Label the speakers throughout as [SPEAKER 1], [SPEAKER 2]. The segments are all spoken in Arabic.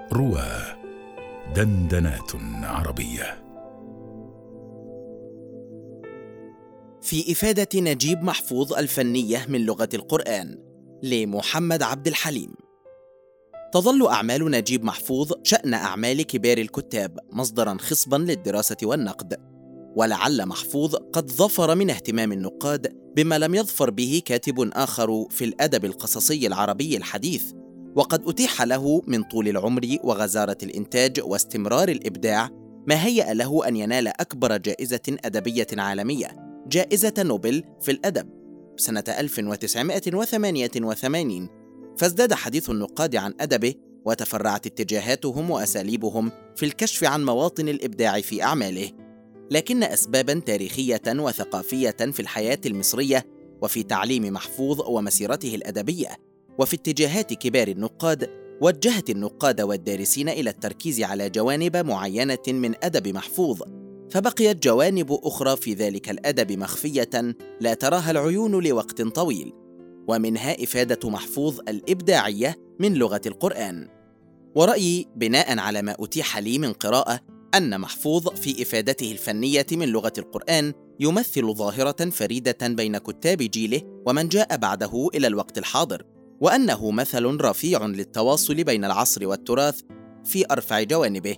[SPEAKER 1] روى دندنات عربية.
[SPEAKER 2] في إفادة نجيب محفوظ الفنية من لغة القرآن لمحمد عبد الحليم. تظل أعمال نجيب محفوظ شأن أعمال كبار الكتاب مصدراً خصباً للدراسة والنقد، ولعل محفوظ قد ظفر من اهتمام النقاد بما لم يظفر به كاتب آخر في الأدب القصصي العربي الحديث، وقد أتيح له من طول العمر وغزارة الإنتاج واستمرار الإبداع ما هيأ له أن ينال أكبر جائزة أدبية عالمية، جائزة نوبل في الأدب سنة 1988، فازداد حديث النقاد عن أدبه وتفرعت اتجاهاتهم وأساليبهم في الكشف عن مواطن الإبداع في أعماله. لكن أسباباً تاريخية وثقافية في الحياة المصرية وفي تعليم محفوظ ومسيرته الأدبية وفي اتجاهات كبار النقاد وجهت النقاد والدارسين إلى التركيز على جوانب معينة من أدب محفوظ، فبقيت جوانب أخرى في ذلك الأدب مخفية لا تراها العيون لوقت طويل، ومنها إفادة محفوظ الإبداعية من لغة القرآن. ورأيي بناء على ما أتيح لي من قراءة أن محفوظ في إفادته الفنية من لغة القرآن يمثل ظاهرة فريدة بين كتاب جيله ومن جاء بعده إلى الوقت الحاضر، وأنه مثل رفيع للتواصل بين العصر والتراث في أرفع جوانبه.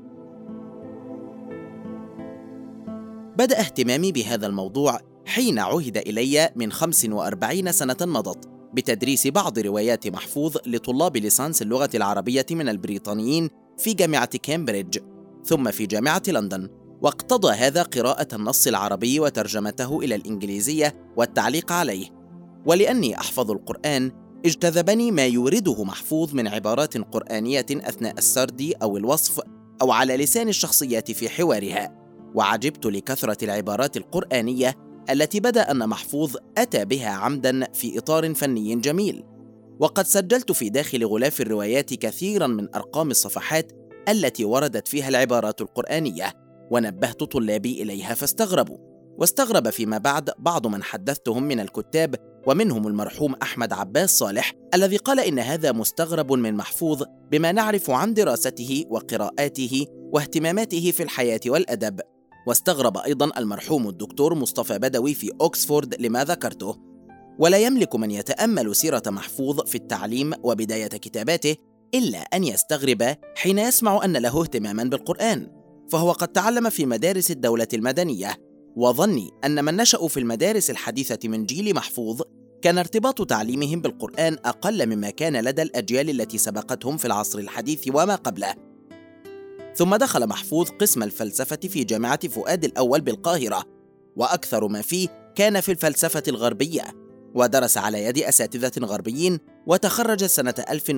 [SPEAKER 2] بدأ اهتمامي بهذا الموضوع حين عهد إلي من 45 سنة مضت بتدريس بعض روايات محفوظ لطلاب ليسانس اللغة العربية من البريطانيين في جامعة كامبريدج ثم في جامعة لندن، واقتضى هذا قراءة النص العربي وترجمته إلى الإنجليزية والتعليق عليه. ولأني أحفظ القرآن اجتذبني ما يورده محفوظ من عبارات قرآنية أثناء السرد أو الوصف أو على لسان الشخصيات في حوارها، وعجبت لكثرة العبارات القرآنية التي بدأ أن محفوظ أتى بها عمداً في إطار فني جميل. وقد سجلت في داخل غلاف الروايات كثيراً من أرقام الصفحات التي وردت فيها العبارات القرآنية، ونبهت طلابي إليها فاستغربوا، واستغرب فيما بعد بعض من حدثتهم من الكتاب، ومنهم المرحوم أحمد عباس صالح الذي قال إن هذا مستغرب من محفوظ بما نعرف عن دراسته وقراءاته واهتماماته في الحياة والأدب. واستغرب أيضا المرحوم الدكتور مصطفى بدوي في أوكسفورد لما ذكرته. ولا يملك من يتأمل سيرة محفوظ في التعليم وبداية كتاباته إلا أن يستغرب حين يسمع أن له اهتماما بالقرآن، فهو قد تعلم في مدارس الدولة المدنية، وظني أن من نشأوا في المدارس الحديثة من جيل محفوظ كان ارتباط تعليمهم بالقرآن أقل مما كان لدى الأجيال التي سبقتهم في العصر الحديث وما قبله. ثم دخل محفوظ قسم الفلسفة في جامعة فؤاد الأول بالقاهرة، وأكثر ما فيه كان في الفلسفة الغربية، ودرس على يد أساتذة غربيين، وتخرج سنة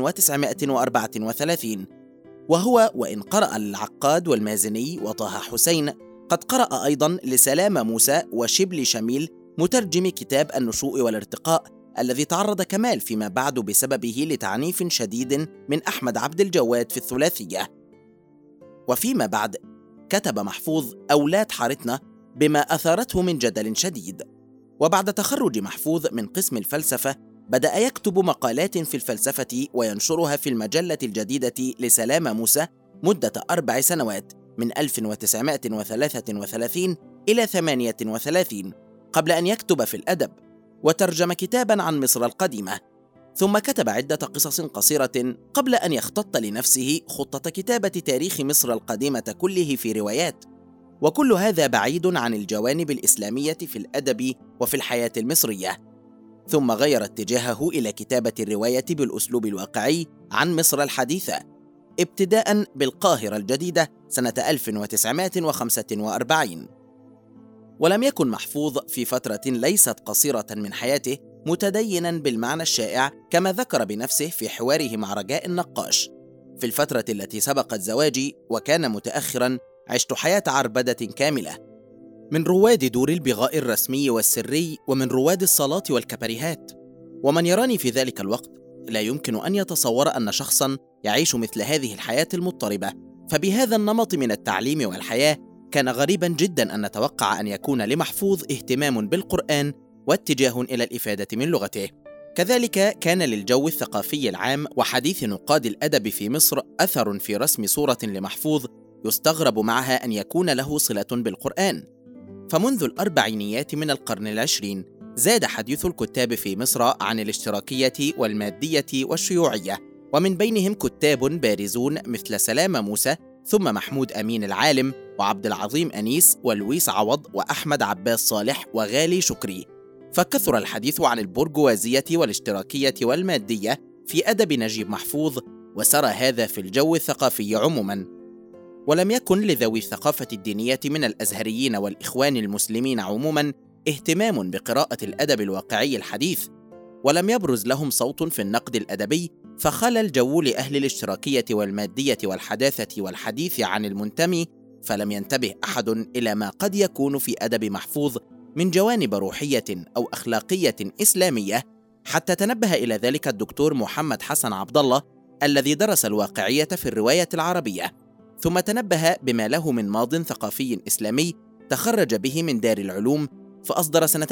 [SPEAKER 2] 1934. وهو وإن قرأ للعقاد والمازني وطه حسين قد قرأ أيضا لسلام موسى وشبل شميل مترجم كتاب النشوء والارتقاء الذي تعرض كمال فيما بعد بسببه لتعنيف شديد من أحمد عبد الجواد في الثلاثية. وفيما بعد كتب محفوظ أولاد حارتنا بما أثارته من جدل شديد. وبعد تخرج محفوظ من قسم الفلسفة بدأ يكتب مقالات في الفلسفة وينشرها في المجلة الجديدة لسلام موسى مدة 4 سنوات من 1933 إلى 38، قبل أن يكتب في الأدب، وترجم كتابا عن مصر القديمة، ثم كتب عدة قصص قصيرة قبل أن يختط لنفسه خطة كتابة تاريخ مصر القديمة كله في روايات. وكل هذا بعيد عن الجوانب الإسلامية في الأدب وفي الحياة المصرية. ثم غير اتجاهه إلى كتابة الرواية بالأسلوب الواقعي عن مصر الحديثة، ابتداء بالقاهرة الجديدة سنة 1945. ولم يكن محفوظ في فترة ليست قصيرة من حياته متدينا بالمعنى الشائع كما ذكر بنفسه في حواره مع رجاء النقاش: في الفترة التي سبقت زواجي وكان متأخرا عشت حياة عربدة كاملة، من رواد دور البغاء الرسمي والسري، ومن رواد الصالات والكباريهات. ومن يراني في ذلك الوقت لا يمكن أن يتصور أن شخصا يعيش مثل هذه الحياة المضطربة فبهذا النمط من التعليم والحياة كان غريبا جدا أن نتوقع أن يكون لمحفوظ اهتمام بالقرآن واتجاه إلى الإفادة من لغته. كذلك كان للجو الثقافي العام وحديث نقاد الأدب في مصر أثر في رسم صورة لمحفوظ يستغرب معها أن يكون له صلة بالقرآن. فمنذ الأربعينيات من القرن العشرين زاد حديث الكتاب في مصر عن الاشتراكية والمادية والشيوعية، ومن بينهم كتاب بارزون مثل سلامة موسى، ثم محمود أمين العالم، وعبد العظيم أنيس، ولويس عوض، وأحمد عباس صالح، وغالي شكري. فكثر الحديث عن البرجوازية والاشتراكية والمادية في أدب نجيب محفوظ، وسرى هذا في الجو الثقافي عموماً. ولم يكن لذوي الثقافة الدينية من الأزهريين والإخوان المسلمين عموماً اهتمام بقراءة الأدب الواقعي الحديث، ولم يبرز لهم صوت في النقد الأدبي، فخلى الجو لأهل الاشتراكية والمادية والحداثة والحديث عن المنتمي، فلم ينتبه أحد إلى ما قد يكون في أدب محفوظ من جوانب روحية أو أخلاقية إسلامية، حتى تنبه إلى ذلك الدكتور محمد حسن عبد الله الذي درس الواقعية في الرواية العربية، ثم تنبه بما له من ماضٍ ثقافي إسلامي تخرج به من دار العلوم، فأصدر سنة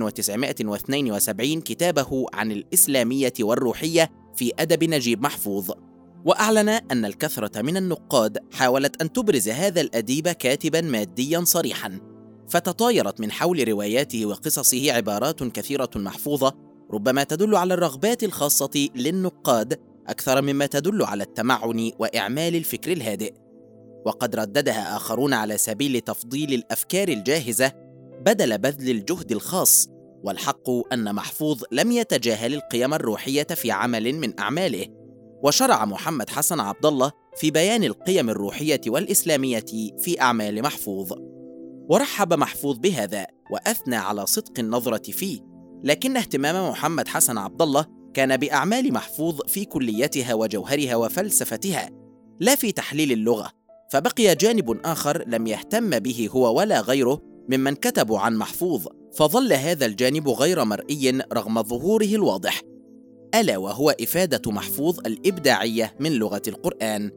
[SPEAKER 2] 1972 كتابه عن الإسلامية والروحية في أدب نجيب محفوظ. وأعلن أن الكثرة من النقاد حاولت أن تبرز هذا الأديب كاتباً مادياً صريحاً، فتطايرت من حول رواياته وقصصه عبارات كثيرة محفوظة ربما تدل على الرغبات الخاصة للنقاد أكثر مما تدل على التمعن وإعمال الفكر الهادئ. وقد رددها آخرون على سبيل تفضيل الأفكار الجاهزة بدل بذل الجهد الخاص، والحق أن محفوظ لم يتجاهل القيم الروحية في عمل من أعماله. وشرع محمد حسن عبد الله في بيان القيم الروحية والإسلامية في أعمال محفوظ، ورحب محفوظ بهذا وأثنى على صدق النظرة فيه، لكن اهتمام محمد حسن عبد الله كان بأعمال محفوظ في كليتها وجوهرها وفلسفتها، لا في تحليل اللغة، فبقي جانب آخر لم يهتم به هو ولا غيره ممن كتبوا عن محفوظ، فظل هذا الجانب غير مرئي رغم ظهوره الواضح، ألا وهو إفادة محفوظ الإبداعية من لغة القرآن.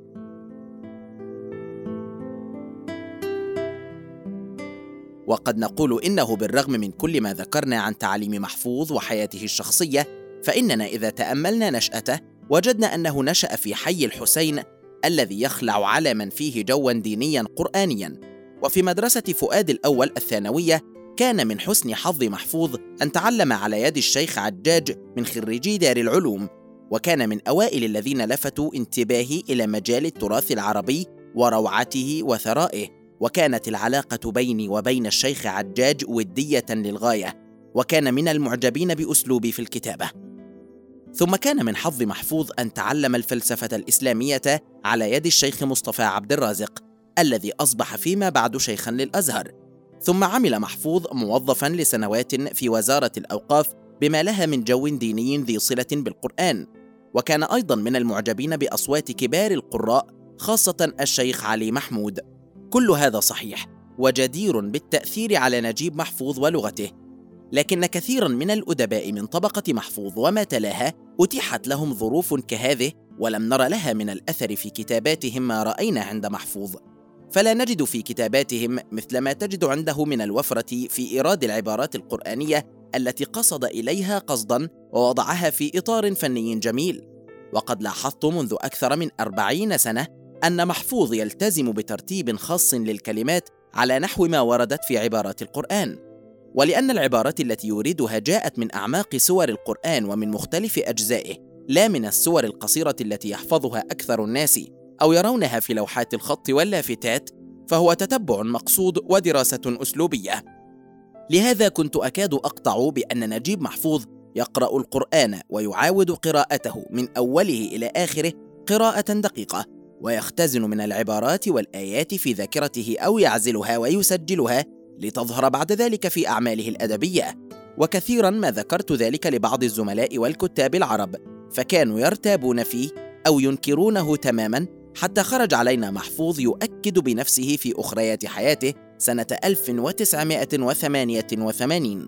[SPEAKER 2] وقد نقول إنه بالرغم من كل ما ذكرنا عن تعاليم محفوظ وحياته الشخصية، فإننا إذا تأملنا نشأته وجدنا أنه نشأ في حي الحسين الذي يخلع على من فيه جواً دينياً قرآنياً. وفي مدرسة فؤاد الأول الثانوية كان من حسن حظ محفوظ أن تعلم على يد الشيخ عجاج من خريجي دار العلوم، وكان من أوائل الذين لفتوا انتباهي إلى مجال التراث العربي وروعته وثرائه، وكانت العلاقة بيني وبين الشيخ عجاج ودية للغاية، وكان من المعجبين بأسلوبي في الكتابة. ثم كان من حظ محفوظ أن تعلم الفلسفة الإسلامية على يد الشيخ مصطفى عبد الرازق الذي أصبح فيما بعد شيخاً للأزهر. ثم عمل محفوظ موظفاً لسنوات في وزارة الأوقاف بما لها من جو ديني ذي صلة بالقرآن، وكان أيضاً من المعجبين بأصوات كبار القراء خاصة الشيخ علي محمود. كل هذا صحيح وجدير بالتأثير على نجيب محفوظ ولغته، لكن كثيراً من الأدباء من طبقة محفوظ وما تلاها أتيحت لهم ظروف كهذه ولم نرى لها من الأثر في كتاباتهم ما رأينا عند محفوظ، فلا نجد في كتاباتهم مثل ما تجد عنده من الوفرة في إيراد العبارات القرآنية التي قصد إليها قصداً ووضعها في إطار فني جميل. وقد لاحظت منذ أكثر من 40 سنة أن محفوظ يلتزم بترتيب خاص للكلمات على نحو ما وردت في عبارات القرآن، ولأن العبارات التي يريدها جاءت من أعماق سور القرآن ومن مختلف أجزائه، لا من السور القصيرة التي يحفظها أكثر الناس أو يرونها في لوحات الخط واللافتات، فهو تتبع مقصود ودراسة أسلوبية. لهذا كنت أكاد أقطع بأن نجيب محفوظ يقرأ القرآن ويعاود قراءته من أوله إلى آخره قراءة دقيقة، ويختزن من العبارات والآيات في ذاكرته أو يعزلها ويسجلها لتظهر بعد ذلك في أعماله الأدبية. وكثيرا ما ذكرت ذلك لبعض الزملاء والكتاب العرب، فكانوا يرتابون فيه أو ينكرونه تماما، حتى خرج علينا محفوظ يؤكد بنفسه في أخريات حياته سنة 1988.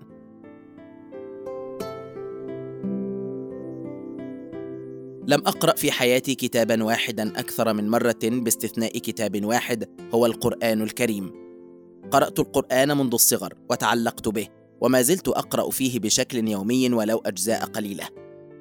[SPEAKER 2] لم أقرأ في حياتي كتابا واحدا أكثر من مرة باستثناء كتاب واحد هو القرآن الكريم. قرأت القرآن منذ الصغر وتعلقت به، وما زلت أقرأ فيه بشكل يومي ولو أجزاء قليلة.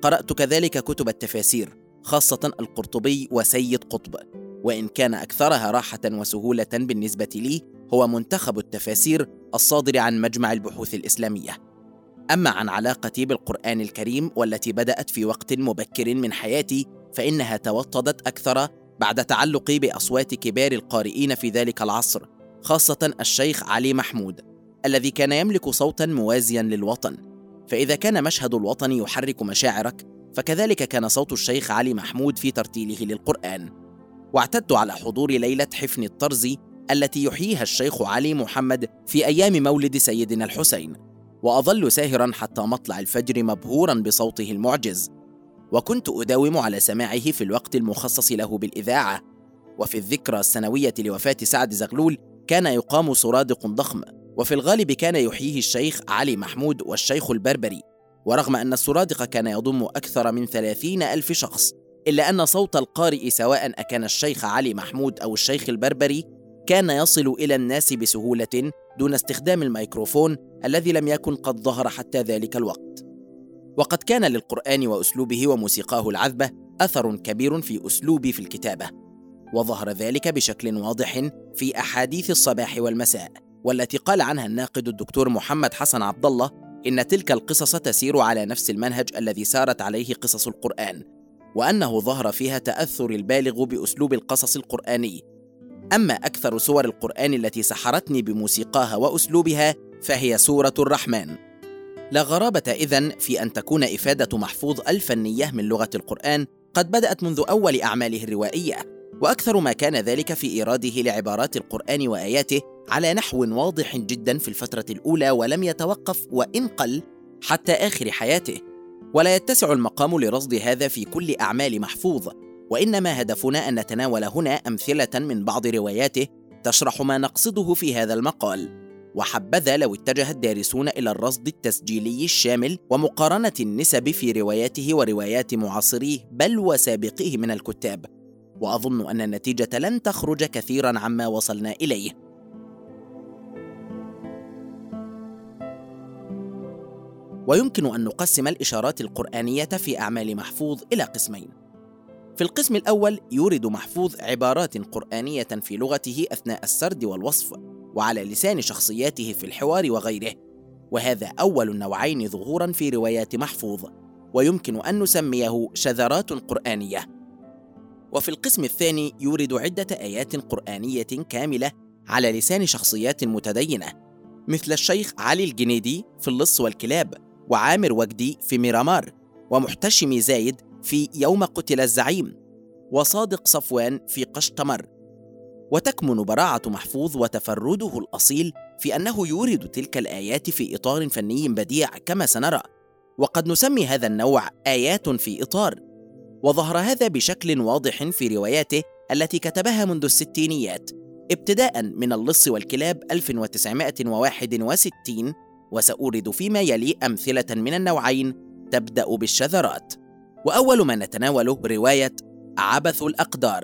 [SPEAKER 2] قرأت كذلك كتب التفاسير، خاصة القرطبي وسيد قطب، وإن كان أكثرها راحة وسهولة بالنسبة لي هو منتخب التفاسير الصادر عن مجمع البحوث الإسلامية. أما عن علاقتي بالقرآن الكريم والتي بدأت في وقت مبكر من حياتي، فإنها توطدت أكثر بعد تعلقي بأصوات كبار القارئين في ذلك العصر، خاصة الشيخ علي محمود الذي كان يملك صوتا موازيا للوطن. فإذا كان مشهد الوطن يحرك مشاعرك، فكذلك كان صوت الشيخ علي محمود في ترتيله للقرآن. واعتدت على حضور ليلة حفن الطرز التي يحييها الشيخ علي محمد في أيام مولد سيدنا الحسين، وأظل ساهرا حتى مطلع الفجر مبهورا بصوته المعجز. وكنت أداوم على سماعه في الوقت المخصص له بالإذاعة. وفي الذكرى السنوية لوفاة سعد زغلول كان يقام سرادق ضخم، وفي الغالب كان يحييه الشيخ علي محمود والشيخ البربري. ورغم أن السرادق كان يضم أكثر من 30,000 شخص، إلا أن صوت القارئ سواء أكان الشيخ علي محمود أو الشيخ البربري كان يصل إلى الناس بسهولة دون استخدام الميكروفون الذي لم يكن قد ظهر حتى ذلك الوقت. وقد كان للقرآن وأسلوبه وموسيقاه العذبة أثر كبير في أسلوبي في الكتابة، وظهر ذلك بشكل واضح في أحاديث الصباح والمساء، والتي قال عنها الناقد الدكتور محمد حسن عبد الله إن تلك القصص تسير على نفس المنهج الذي سارت عليه قصص القرآن، وأنه ظهر فيها تأثر البالغ بأسلوب القصص القرآني. أما أكثر سور القرآن التي سحرتني بموسيقاها وأسلوبها فهي سورة الرحمن. لا غرابة إذن في أن تكون إفادة محفوظ الفنية من لغة القرآن قد بدأت منذ أول أعماله الروائية، وأكثر ما كان ذلك في إيراده لعبارات القرآن وآياته على نحو واضح جدا في الفترة الأولى، ولم يتوقف وإن قل حتى آخر حياته. ولا يتسع المقام لرصد هذا في كل أعمال محفوظ، وإنما هدفنا أن نتناول هنا أمثلة من بعض رواياته تشرح ما نقصده في هذا المقال. وحبذا لو اتجه الدارسون إلى الرصد التسجيلي الشامل ومقارنة النسب في رواياته وروايات معاصريه بل وسابقيه من الكتاب، وأظن أن النتيجة لن تخرج كثيرا عما وصلنا إليه. ويمكن أن نقسم الإشارات القرآنية في أعمال محفوظ إلى قسمين. في القسم الأول يورد محفوظ عبارات قرآنية في لغته أثناء السرد والوصف، وعلى لسان شخصياته في الحوار وغيره، وهذا أول النوعين ظهوراً في روايات محفوظ، ويمكن أن نسميه شذرات قرآنية. وفي القسم الثاني يورد عدة آيات قرآنية كاملة على لسان شخصيات متدينة، مثل الشيخ علي الجنيدي في اللص والكلاب، وعامر وجدي في ميرامار، ومحتشم زايد في يوم قتل الزعيم، وصادق صفوان في قشتمر. وتكمن براعة محفوظ وتفرده الأصيل في أنه يورد تلك الآيات في إطار فني بديع كما سنرى، وقد نسمي هذا النوع آيات في إطار. وظهر هذا بشكل واضح في رواياته التي كتبها منذ الستينيات، ابتداء من اللص والكلاب 1961، وسأورد فيما يلي أمثلة من النوعين تبدأ بالشذرات. وأول ما نتناوله رواية عبث الأقدار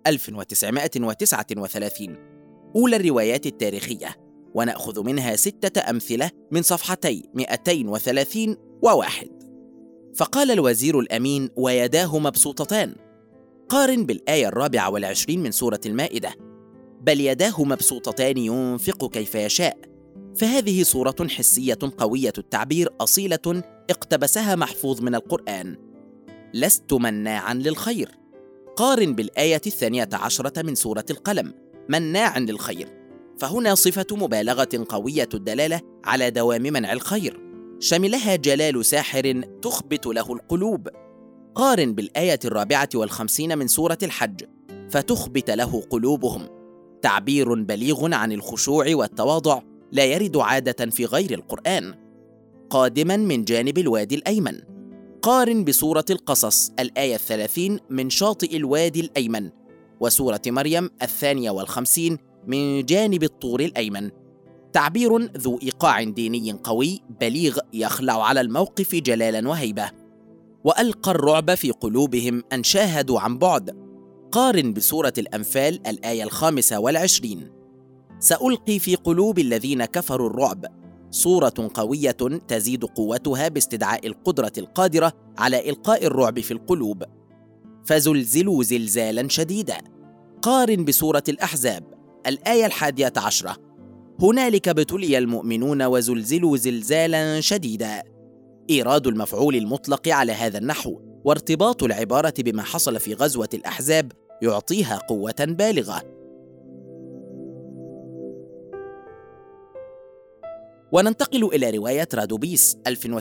[SPEAKER 2] 1939، أولى الروايات التاريخية، ونأخذ منها 6 أمثلة من صفحتي 231. فقال الوزير الأمين: ويداه مبسوطتان. قارن بالآية 24 من سورة المائدة: بل يداه مبسوطتان ينفق كيف يشاء. فهذه صورة حسية قوية التعبير أصيلة اقتبسها محفوظ من القرآن: لست مناعا للخير. قارن بالآية 12 من سورة القلم: مناعا للخير. فهنا صفة مبالغة قوية الدلالة على دوام منع الخير، شملها جلال ساحر تخبت له القلوب. قارن بالآية 54 من سورة الحج: فتخبت له قلوبهم. تعبير بليغ عن الخشوع والتواضع لا يرد عادة في غير القرآن. قادما من جانب الوادي الأيمن، قارن بسورة القصص الآية 30 من شاطئ الوادي الأيمن، وسورة مريم 52 من جانب الطور الأيمن. تعبير ذو إيقاع ديني قوي بليغ يخلع على الموقف جلالا وهيبة. وألقى الرعب في قلوبهم أن شاهدوا عن بعد. قارن بسورة الأنفال الآية 25: سألقي في قلوب الذين كفروا الرعب. صورة قوية تزيد قوتها باستدعاء القدرة القادرة على إلقاء الرعب في القلوب. فزلزلوا زلزالا شديدا. قارن بسورة الأحزاب الآية 11: هنالك ابتلي المؤمنون وزلزلوا زلزالا شديدا. إيراد المفعول المطلق على هذا النحو وارتباط العبارة بما حصل في غزوة الأحزاب يعطيها قوة بالغة. وننتقل إلى رواية رادوبيس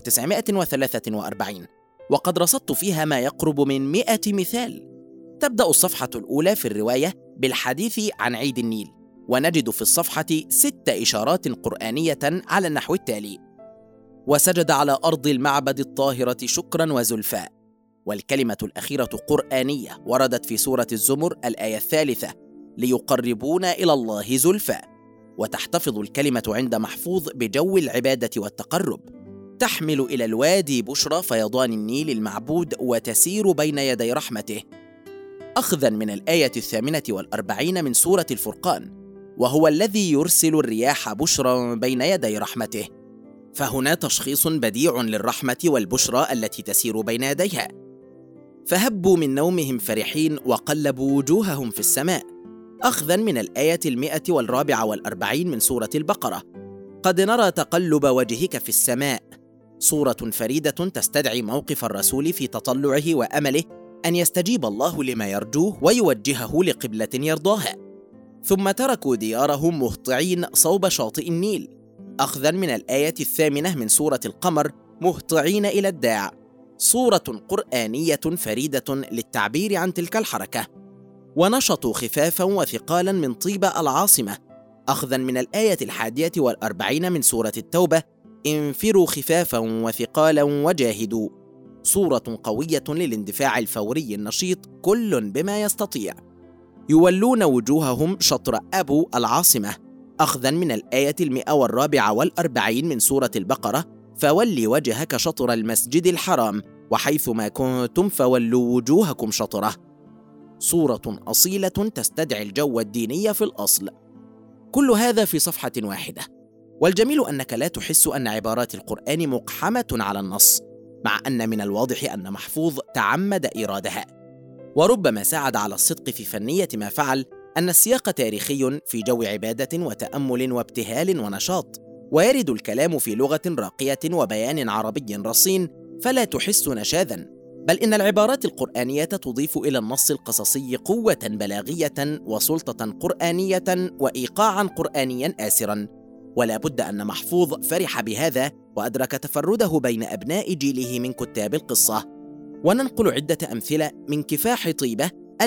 [SPEAKER 2] 1943، وقد رصدت فيها ما يقرب من 100 مثال. تبدأ الصفحة الأولى في الرواية بالحديث عن عيد النيل، ونجد في الصفحة 6 إشارات قرآنية على النحو التالي: وسجد على أرض المعبد الطاهرة شكرا وزلفاء. والكلمة الأخيرة قرآنية وردت في سورة الزمر الآية 3: ليقربونا إلى الله زلفاء. وتحتفظ الكلمة عند محفوظ بجو العبادة والتقرب، تحمل إلى الوادي بشرى فيضان النيل المعبود وتسير بين يدي رحمته. أخذا من الآية 48 من سورة الفرقان: وهو الذي يرسل الرياح بشرى بين يدي رحمته. فهنا تشخيص بديع للرحمة والبشرى التي تسير بين يديها. فهبوا من نومهم فرحين وقلبوا وجوههم في السماء. أخذا من الآية 144 من سورة البقرة: قد نرى تقلب وجهك في السماء. صورة فريدة تستدعي موقف الرسول في تطلعه وأمله أن يستجيب الله لما يرجوه ويوجهه لقبلة يرضاها. ثم تركوا ديارهم مهطعين صوب شاطئ النيل. أخذا من الآية 8 من سورة القمر: مهطعين إلى الداع. صورة قرآنية فريدة للتعبير عن تلك الحركة. ونشطوا خفافا وثقالا من طيبة العاصمة. أخذا من الآية 41 من سورة التوبة: انفروا خفافا وثقالا وجاهدوا. صورة قوية للاندفاع الفوري النشيط كل بما يستطيع. يولون وجوههم شطر أبو العاصمة. أخذا من الآية 144 من سورة البقرة: فولي وجهك شطر المسجد الحرام وحيثما كنتم فولوا وجوهكم شطره. صورة أصيلة تستدعي الجو الديني في الأصل. كل هذا في صفحة واحدة. والجميل أنك لا تحس أن عبارات القرآن مقحمة على النص، مع أن من الواضح أن محفوظ تعمد إيرادها. وربما ساعد على الصدق في فنية ما فعل أن السياق تاريخي في جو عبادة وتأمل وابتهال ونشاط، ويرد الكلام في لغة راقية وبيان عربي رصين، فلا تحس نشاذا، بل إن العبارات القرآنية تضيف إلى النص القصصي قوة بلاغية وسلطة قرآنية وإيقاعا قرآنيا آسرا. ولا بد أن محفوظ فرح بهذا وأدرك تفرده بين أبناء جيله من كتاب القصة. وننقل عدة أمثلة من كفاح طيبة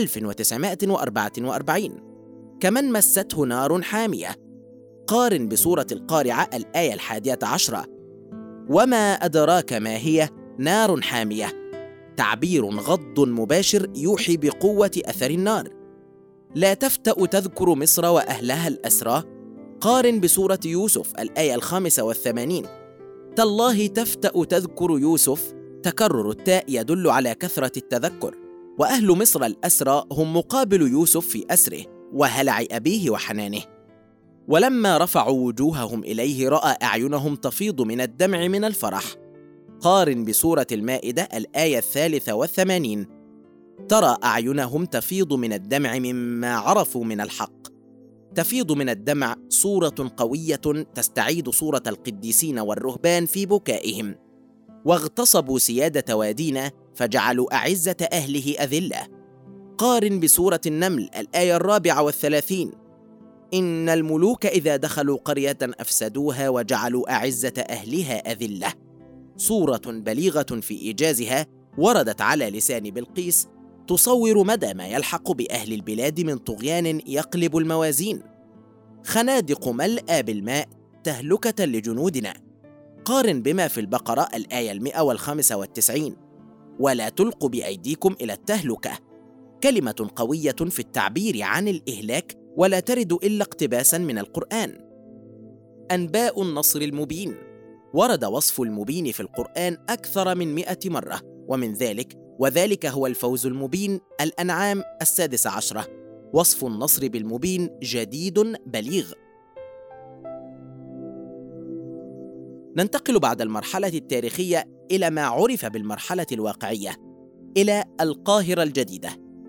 [SPEAKER 2] 1944: كمن مسته نار حامية. قارن بسورة القارعة الآية 11: وما أدراك ما هي نار حامية. تعبير غض مباشر يوحي بقوة أثر النار. لا تفتأ تذكر مصر وأهلها الأسرى. قارن بسورة يوسف الآية 85: تالله تفتأ تذكر يوسف. تكرر التاء يدل على كثرة التذكر. وأهل مصر الأسرى هم مقابل يوسف في أسره وهلع أبيه وحنانه. ولما رفعوا وجوههم إليه رأى أعينهم تفيض من الدمع من الفرح. قارن بسورة المائدة الآية 83: ترى أعينهم تفيض من الدمع مما عرفوا من الحق. تفيض من الدمع صورة قوية تستعيد صورة القديسين والرهبان في بكائهم. واغتصبوا سيادة وادينا فجعلوا أعزة أهله أذلة. قارن بسورة النمل الآية 34: إن الملوك إذا دخلوا قرية أفسدوها وجعلوا أعزة أهلها أذلة. صورة بليغة في إيجازها وردت على لسان بلقيس، تصور مدى ما يلحق بأهل البلاد من طغيان يقلب الموازين. خنادق ملأى بالماء تهلكة لجنودنا. قارن بما في البقرة الآية 195: ولا تلقوا بأيديكم إلى التهلكة. كلمة قوية في التعبير عن الإهلاك ولا ترد إلا اقتباسا من القرآن. أنباء النصر المبين. ورد وصف المبين في القرآن أكثر من 100 مرة، ومن ذلك: وذلك هو الفوز المبين الأنعام 16. وصف النصر بالمبين جديد بليغ. ننتقل بعد المرحلة التاريخية إلى ما عرف بالمرحلة الواقعية، إلى القاهرة الجديدة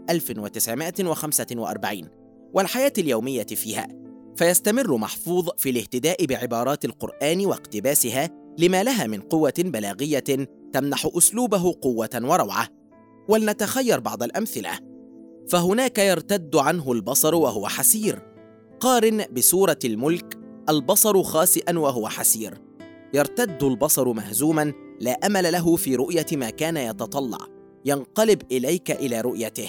[SPEAKER 2] 1945 والحياة اليومية فيها. فيستمر محفوظ في الاهتداء بعبارات القرآن واقتباسها لما لها من قوة بلاغية تمنح أسلوبه قوة وروعة. ولنتخير بعض الأمثلة. فهناك يرتد عنه البصر وهو حسير، قارن بسورة الملك البصر خاسئا وهو حسير، يرتد البصر مهزوما لا أمل له في رؤية ما كان يتطلع، ينقلب إليك إلى رؤيته.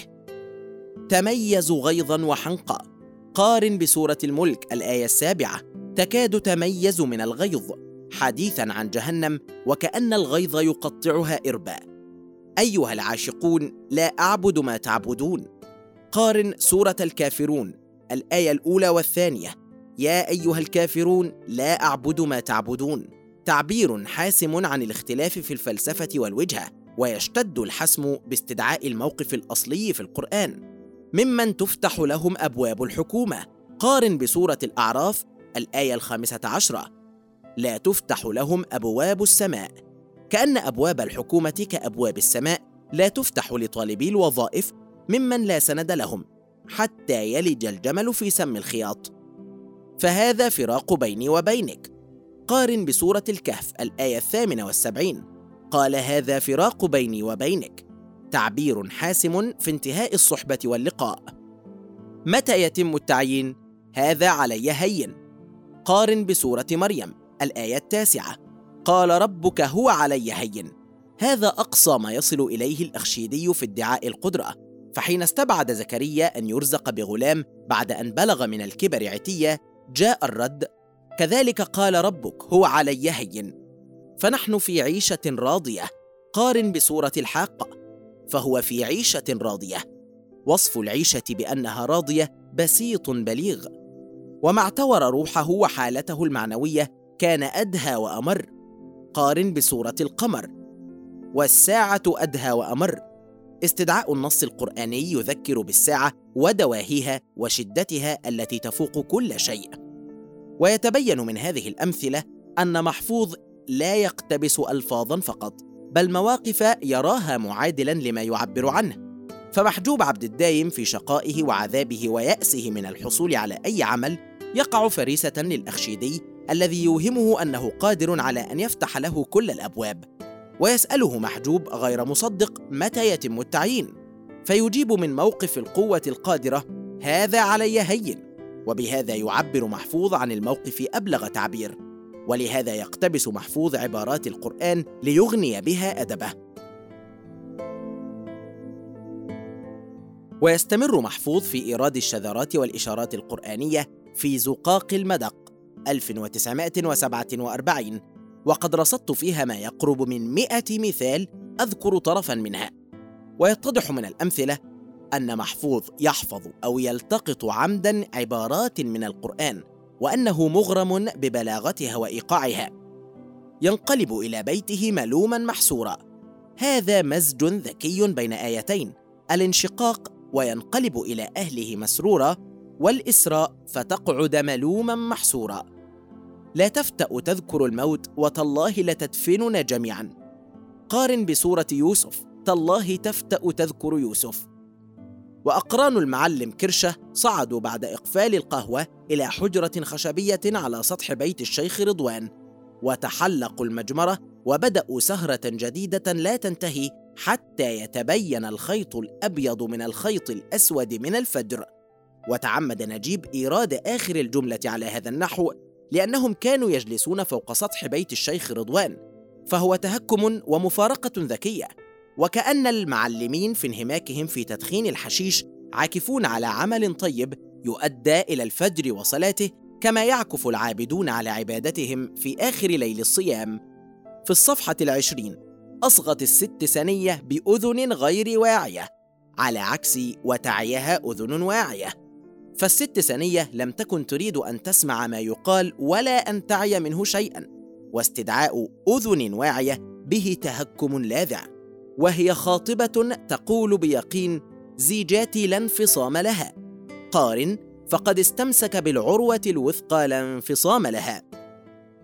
[SPEAKER 2] تميز غيظا وحنقا، قارن بسورة الملك الآية 7 تكاد تميز من الغيظ، حديثا عن جهنم وكأن الغيظ يقطعها إربا. أيها العاشقون لا أعبد ما تعبدون، قارن سورة الكافرون الآية الأولى والثانية، يا أيها الكافرون لا أعبد ما تعبدون، تعبير حاسم عن الاختلاف في الفلسفة والوجهة، ويشتد الحسم باستدعاء الموقف الأصلي في القرآن ممن تفتح لهم أبواب الحكومة. قارن بسورة الأعراف الآية 15، لا تفتح لهم أبواب السماء، كأن أبواب الحكومة كأبواب السماء لا تفتح لطالبي الوظائف ممن لا سند لهم حتى يلج الجمل في سم الخياط. فهذا فراق بيني وبينك. قارن بسورة الكهف الآية 78، قال هذا فراق بيني وبينك، تعبير حاسم في انتهاء الصحبة واللقاء. متى يتم التعيين؟ هذا علي هين. قارن بسورة مريم الآية 9، قال ربك هو علي هين، هذا أقصى ما يصل إليه الأخشيدي في ادعاء القدرة. فحين استبعد زكريا أن يرزق بغلام بعد أن بلغ من الكبر عتية، جاء الرد كذلك قال ربك هو علي هين. فنحن في عيشة راضية. قارن بسورة الحاقة، فهو في عيشة راضية. وصف العيشة بأنها راضية بسيط بليغ، وما اعتور روحه وحالته المعنوية كان أدهى وأمر. قارن بسورة القمر، والساعة أدهى وأمر. استدعاء النص القرآني يذكر بالساعة ودواهيها وشدتها التي تفوق كل شيء. ويتبين من هذه الأمثلة أن محفوظ لا يقتبس ألفاظا فقط، بل مواقف يراها معادلا لما يعبر عنه. فمحجوب عبد الدايم في شقائه وعذابه ويأسه من الحصول على أي عمل يقع فريسة للأخشيدي الذي يوهمه أنه قادر على أن يفتح له كل الأبواب، ويسأله محجوب غير مصدق متى يتم التعيين، فيجيب من موقف القوة القادرة هذا علي هين. وبهذا يعبر محفوظ عن الموقف أبلغ تعبير، ولهذا يقتبس محفوظ عبارات القرآن ليغني بها أدبه. ويستمر محفوظ في إيراد الشذرات والإشارات القرآنية في زقاق المدق 1947، وقد رصدت فيها ما يقرب من 100 مثال أذكر طرفاً منها. ويتضح من الأمثلة أن محفوظ يحفظ أو يلتقط عمداً عبارات من القرآن، وأنه مغرم ببلاغتها وإيقاعها. ينقلب إلى بيته ملوماً محسورا. هذا مزج ذكي بين آيتين، الانشقاق وينقلب إلى أهله مسرورا، والإسراء فتقعد ملوما محسورا. لا تفتأ تذكر الموت وتالله لتدفننا جميعا. قارن بسورة يوسف، تالله تفتأ تذكر يوسف. وأقران المعلم كرشة صعدوا بعد إقفال القهوة إلى حجرة خشبية على سطح بيت الشيخ رضوان، وتحلقوا المجمرة وبدأوا سهرة جديدة لا تنتهي حتى يتبين الخيط الأبيض من الخيط الأسود من الفجر. وتعمد نجيب إيراد آخر الجملة على هذا النحو لأنهم كانوا يجلسون فوق سطح بيت الشيخ رضوان، فهو تهكم ومفارقة ذكية، وكأن المعلمين في انهماكهم في تدخين الحشيش عاكفون على عمل طيب يؤدى إلى الفجر وصلاته، كما يعكف العابدون على عبادتهم في آخر ليل الصيام. في الصفحة 20 أصغت الست سنية بأذن غير واعية، على عكس وتعيها أذن واعية. فالست سنية لم تكن تريد أن تسمع ما يقال ولا أن تعي منه شيئا، واستدعاء أذن واعية به تهكم لاذع، وهي خاطبة تقول بيقين زيجاتي لا انفصام لها. قارن فقد استمسك بالعروة الوثقى لا انفصام لها.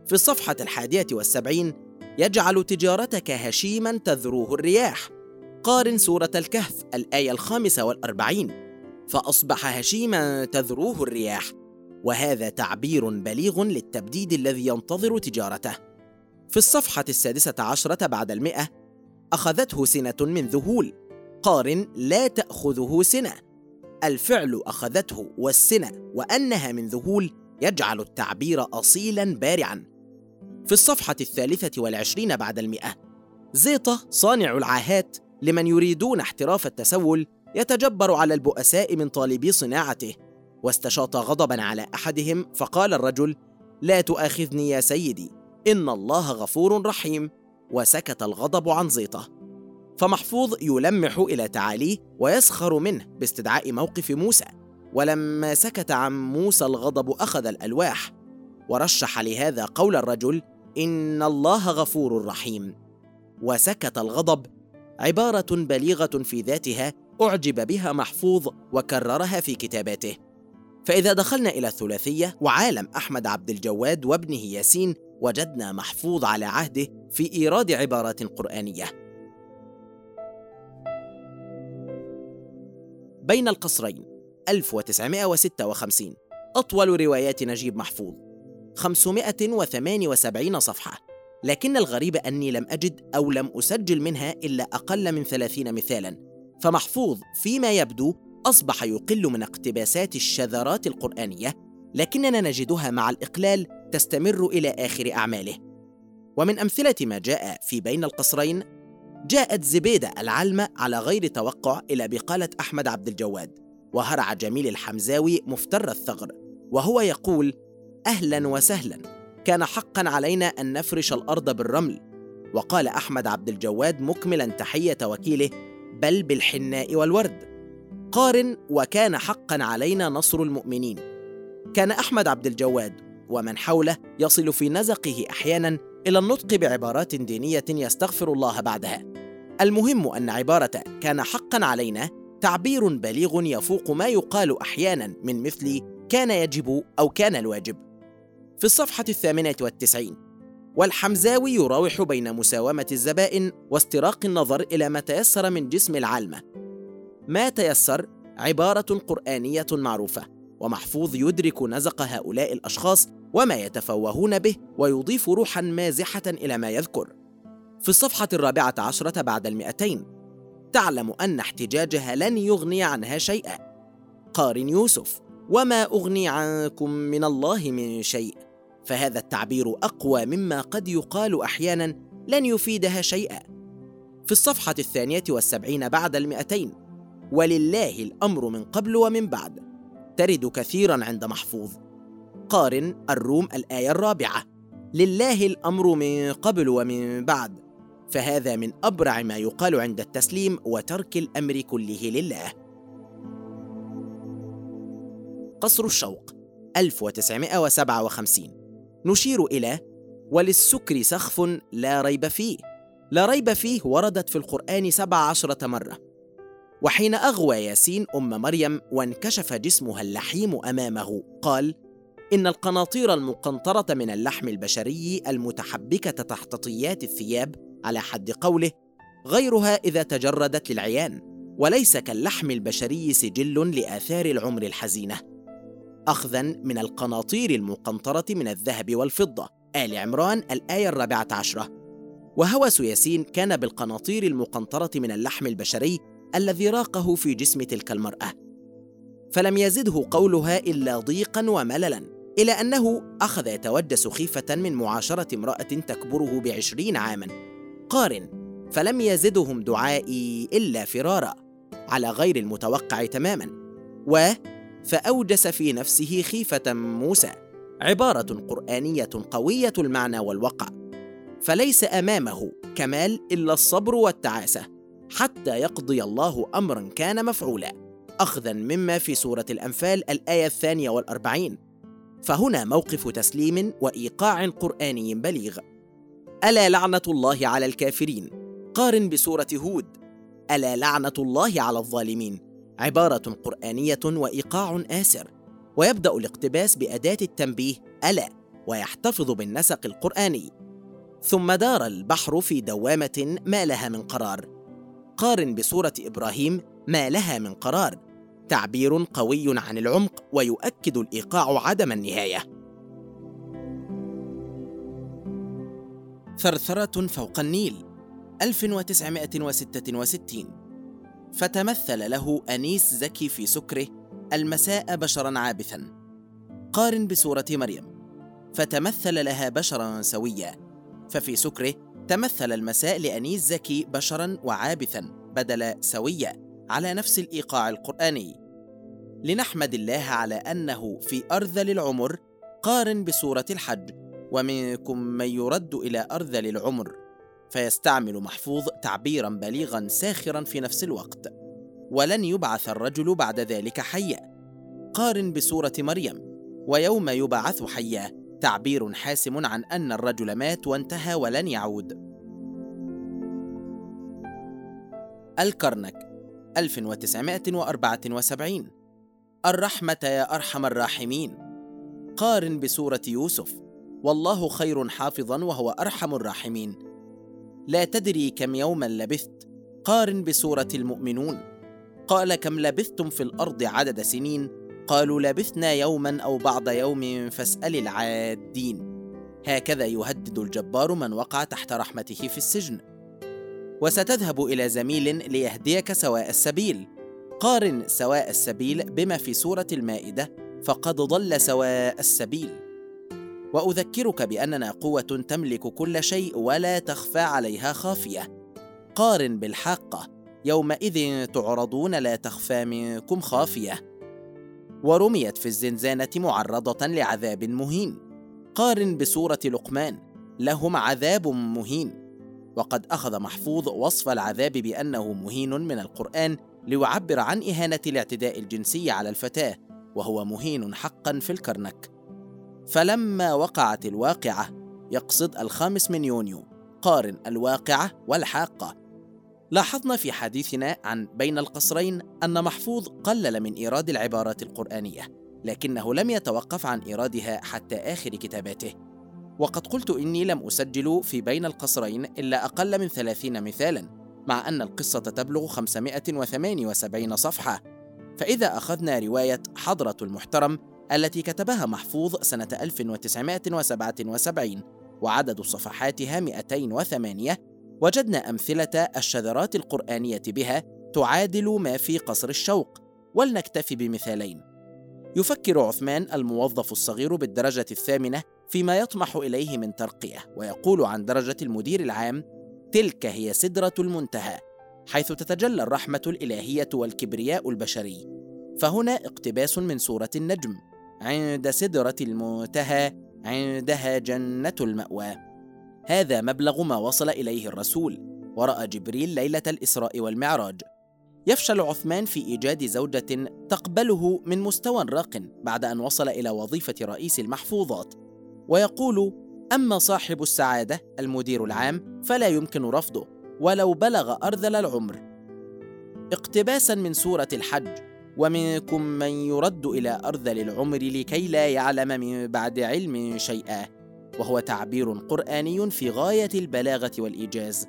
[SPEAKER 2] في الصفحة 71 يجعل تجارتك هشيما تذروه الرياح. قارن سورة الكهف الآية 45 فأصبح هشيما تذروه الرياح، وهذا تعبير بليغ للتبديد الذي ينتظر تجارته. في الصفحة 16 بعد 100 أخذته سنة من ذهول. قارن لا تأخذه سنة. الفعل أخذته والسنة وأنها من ذهول يجعل التعبير أصيلا بارعا. في الصفحة 23 بعد 100 زيطة صانع العاهات لمن يريدون احتراف التسول يتجبر على البؤساء من طالبي صناعته، واستشاط غضبا على أحدهم فقال الرجل: لا تؤاخذني يا سيدي، إن الله غفور رحيم، وسكت الغضب عن زيطة. فمحفوظ يلمح إلى تعاليه ويسخر منه باستدعاء موقف موسى، ولما سكت عن موسى الغضب أخذ الألواح، ورشح لهذا قول الرجل: إن الله غفور رحيم. وسكت الغضب عبارة بليغة في ذاتها أعجب بها محفوظ وكررها في كتاباته. فإذا دخلنا إلى الثلاثية وعالم أحمد عبد الجواد وابنه ياسين وجدنا محفوظ على عهده في إيراد عبارات قرآنية. بين القصرين 1956 أطول روايات نجيب محفوظ 578 صفحة، لكن الغريب أني لم أجد أو لم أسجل منها إلا أقل من 30 مثالاً. فمحفوظ فيما يبدو أصبح يقل من اقتباسات الشذرات القرآنية، لكننا نجدها مع الإقلال تستمر إلى آخر أعماله. ومن أمثلة ما جاء في بين القصرين جاءت زبيدة العلمة على غير توقع إلى بقالة أحمد عبد الجواد، وهرع جميل الحمزاوي مفتر الثغر وهو يقول: أهلا وسهلا، كان حقا علينا أن نفرش الأرض بالرمل. وقال أحمد عبد الجواد مكملا تحية وكيله: بل بالحناء والورد. قارن: وكان حقا علينا نصر المؤمنين. كان أحمد عبد الجواد ومن حوله يصل في نزقه أحيانا إلى النطق بعبارات دينية يستغفر الله بعدها. المهم أن عبارة كان حقا علينا تعبير بليغ يفوق ما يقال أحيانا من مثل كان يجب أو كان الواجب. في الصفحة 98 والحمزاوي يراوح بين مساومة الزبائن واستراق النظر إلى ما تيسر من جسم العلمة. ما تيسر عبارة قرآنية معروفة، ومحفوظ يدرك نزق هؤلاء الأشخاص وما يتفوهون به ويضيف روحا مازحة إلى ما يذكر. في الصفحة 14 بعد 200 تعلم أن احتجاجها لن يغني عنها شيئا. قارن يوسف: وما أغني عنكم من الله من شيء. فهذا التعبير أقوى مما قد يقال أحيانا لن يفيدها شيئا. في الصفحة 72 بعد 200 ولله الأمر من قبل ومن بعد ترد كثيرا عند محفوظ. قارن الروم الآية 4: لله الأمر من قبل ومن بعد. فهذا من أبرع ما يقال عند التسليم وترك الأمر كله لله. قصر الشوق 1957 نشير إلى: وللسكر سخف لا ريب فيه. لا ريب فيه وردت في القرآن 17 مرة. وحين أغوى ياسين أم مريم وانكشف جسمها اللحيم أمامه قال: إن القناطير المقنطرة من اللحم البشري المتحبكة تحت طيات الثياب على حد قوله غيرها إذا تجردت للعيان، وليس كاللحم البشري سجل لآثار العمر الحزينة. أخذا من القناطير المقنطرة من الذهب والفضة آل عمران الآية 14. وهوس ياسين كان بالقناطير المقنطرة من اللحم البشري الذي راقه في جسم تلك المرأة، فلم يزده قولها إلا ضيقا ومللا، إلى أنه أخذ يتوجس خيفة من معاشرة امرأة تكبره ب20 عاما. قارن: فلم يزدهم دعائي إلا فرارا، على غير المتوقع تماما. فأوجس في نفسه خيفة موسى، عبارة قرآنية قوية المعنى والوقع، فليس أمامه كمال إلا الصبر والتعاسة حتى يقضي الله أمرا كان مفعولا، أخذا مما في سورة الأنفال الآية 42. فهنا موقف تسليم وإيقاع قرآني بليغ. ألا لعنة الله على الكافرين. قارن بسورة هود: ألا لعنة الله على الظالمين، عبارة قرآنية وإيقاع آسر. ويبدأ الاقتباس بأداة التنبيه ألا، ويحتفظ بالنسق القرآني. ثم دار البحر في دوامة ما لها من قرار. قارن بسورة إبراهيم ما لها من قرار، تعبير قوي عن العمق ويؤكد الإيقاع عدم النهاية. ثرثرة فوق النيل 1966. فتمثل له أنيس زكي في سكره المساء بشراً عابثاً. قارن بسورة مريم، فتمثل لها بشراً سوياً، ففي سكره تمثل المساء لأنيس زكي بشراً وعابثاً بدل سوياً على نفس الإيقاع القرآني. لنحمد الله على أنه في أرذل العمر. قارن بسورة الحج، ومنكم من يرد إلى أرذل العمر، فيستعمل محفوظ تعبيراً بليغاً ساخراً في نفس الوقت: ولن يبعث الرجل بعد ذلك حيا. قارن بسورة مريم، ويوم يبعث حيا، تعبير حاسم عن أن الرجل مات وانتهى ولن يعود. الكرنك 1974. الرحمة يا أرحم الراحمين. قارن بسورة يوسف، والله خير حافظا وهو أرحم الراحمين. لا تدري كم يوما لبثت. قارن بسورة المؤمنون، قال كم لبثتم في الأرض عدد سنين، قالوا لبثنا يوما أو بعض يوم فاسأل العادين. هكذا يهدد الجبار من وقع تحت رحمته في السجن. وستذهب إلى زميل ليهديك سواء السبيل. قارن سواء السبيل بما في سورة المائدة، فقد ضل سواء السبيل. وأذكرك بأننا قوة تملك كل شيء ولا تخفى عليها خافية. قارن بالحاقة، يومئذ تعرضون لا تخفى منكم خافية. ورميت في الزنزانة معرضة لعذاب مهين. قارن بسورة لقمان، لهم عذاب مهين. وقد أخذ محفوظ وصف العذاب بأنه مهين من القرآن ليعبر عن إهانة الاعتداء الجنسي على الفتاة، وهو مهين حقا في الكرنك. فلما وقعت الواقعة، يقصد 5 يونيو. قارن الواقعة والحاقة. لاحظنا في حديثنا عن بين القصرين أن محفوظ قلل من إيراد العبارات القرآنية، لكنه لم يتوقف عن إيرادها حتى آخر كتاباته. وقد قلت إني لم أسجل في بين القصرين إلا أقل من 30 مثالا، مع أن القصة تبلغ 578 صفحة. فإذا أخذنا رواية حضرة المحترم التي كتبها محفوظ سنة 1977 وعدد صفحاتها 208، وجدنا أمثلة الشذرات القرآنية بها تعادل ما في قصر الشوق. ولنكتفي بمثالين. يفكر عثمان الموظف الصغير بالدرجة 8 فيما يطمح إليه من ترقية، ويقول عن درجة المدير العام: تلك هي سدرة المنتهى، حيث تتجلى الرحمة الإلهية والكبرياء البشري. فهنا اقتباس من سورة النجم: عند سدرة المنتهى عندها جنة المأوى. هذا مبلغ ما وصل إليه الرسول، ورأى جبريل ليلة الإسراء والمعراج. يفشل عثمان في إيجاد زوجة تقبله من مستوى راق بعد أن وصل إلى وظيفة رئيس المحفوظات، ويقول: أما صاحب السعادة المدير العام فلا يمكن رفضه ولو بلغ أرذل العمر. اقتباسا من سورة الحج: ومنكم من يرد إلى أرذل العمر لكي لا يعلم من بعد علم شيئا، وهو تعبير قرآني في غاية البلاغة والإيجاز.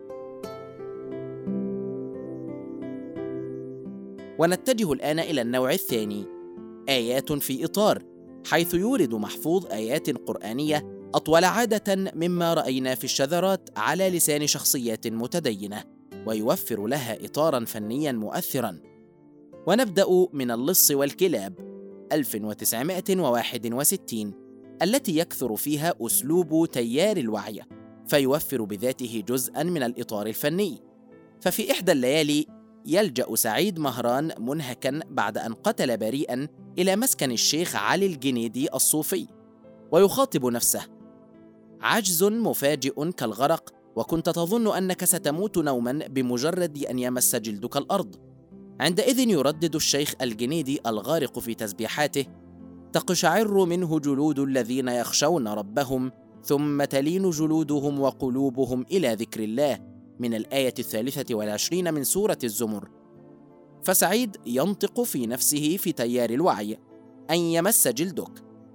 [SPEAKER 2] ونتجه الآن إلى النوع الثاني، آيات في إطار، حيث يورد محفوظ آيات قرآنية أطول عادة مما رأينا في الشذرات على لسان شخصيات متدينة، ويوفر لها إطاراً فنياً مؤثراً. ونبدأ من اللص والكلاب 1961، التي يكثر فيها أسلوب تيار الوعي، فيوفر بذاته جزءاً من الإطار الفني. ففي إحدى الليالي يلجأ سعيد مهران منهكاً بعد أن قتل بريئاً إلى مسكن الشيخ علي الجنيدي الصوفي، ويخاطب نفسه: عجز مفاجئ كالغرق، وكنت تظن أنك ستموت نوماً بمجرد أن يمس جلدك الأرض. عندئذ يردد الشيخ الجنيدي الغارق في تسبيحاته: تقشعر منه جلود الذين يخشون ربهم ثم تلين جلودهم وقلوبهم إلى ذكر الله، من الآية 23 من سورة الزمر. فسعيد ينطق في نفسه في تيار الوعي: أن يمس جلدك،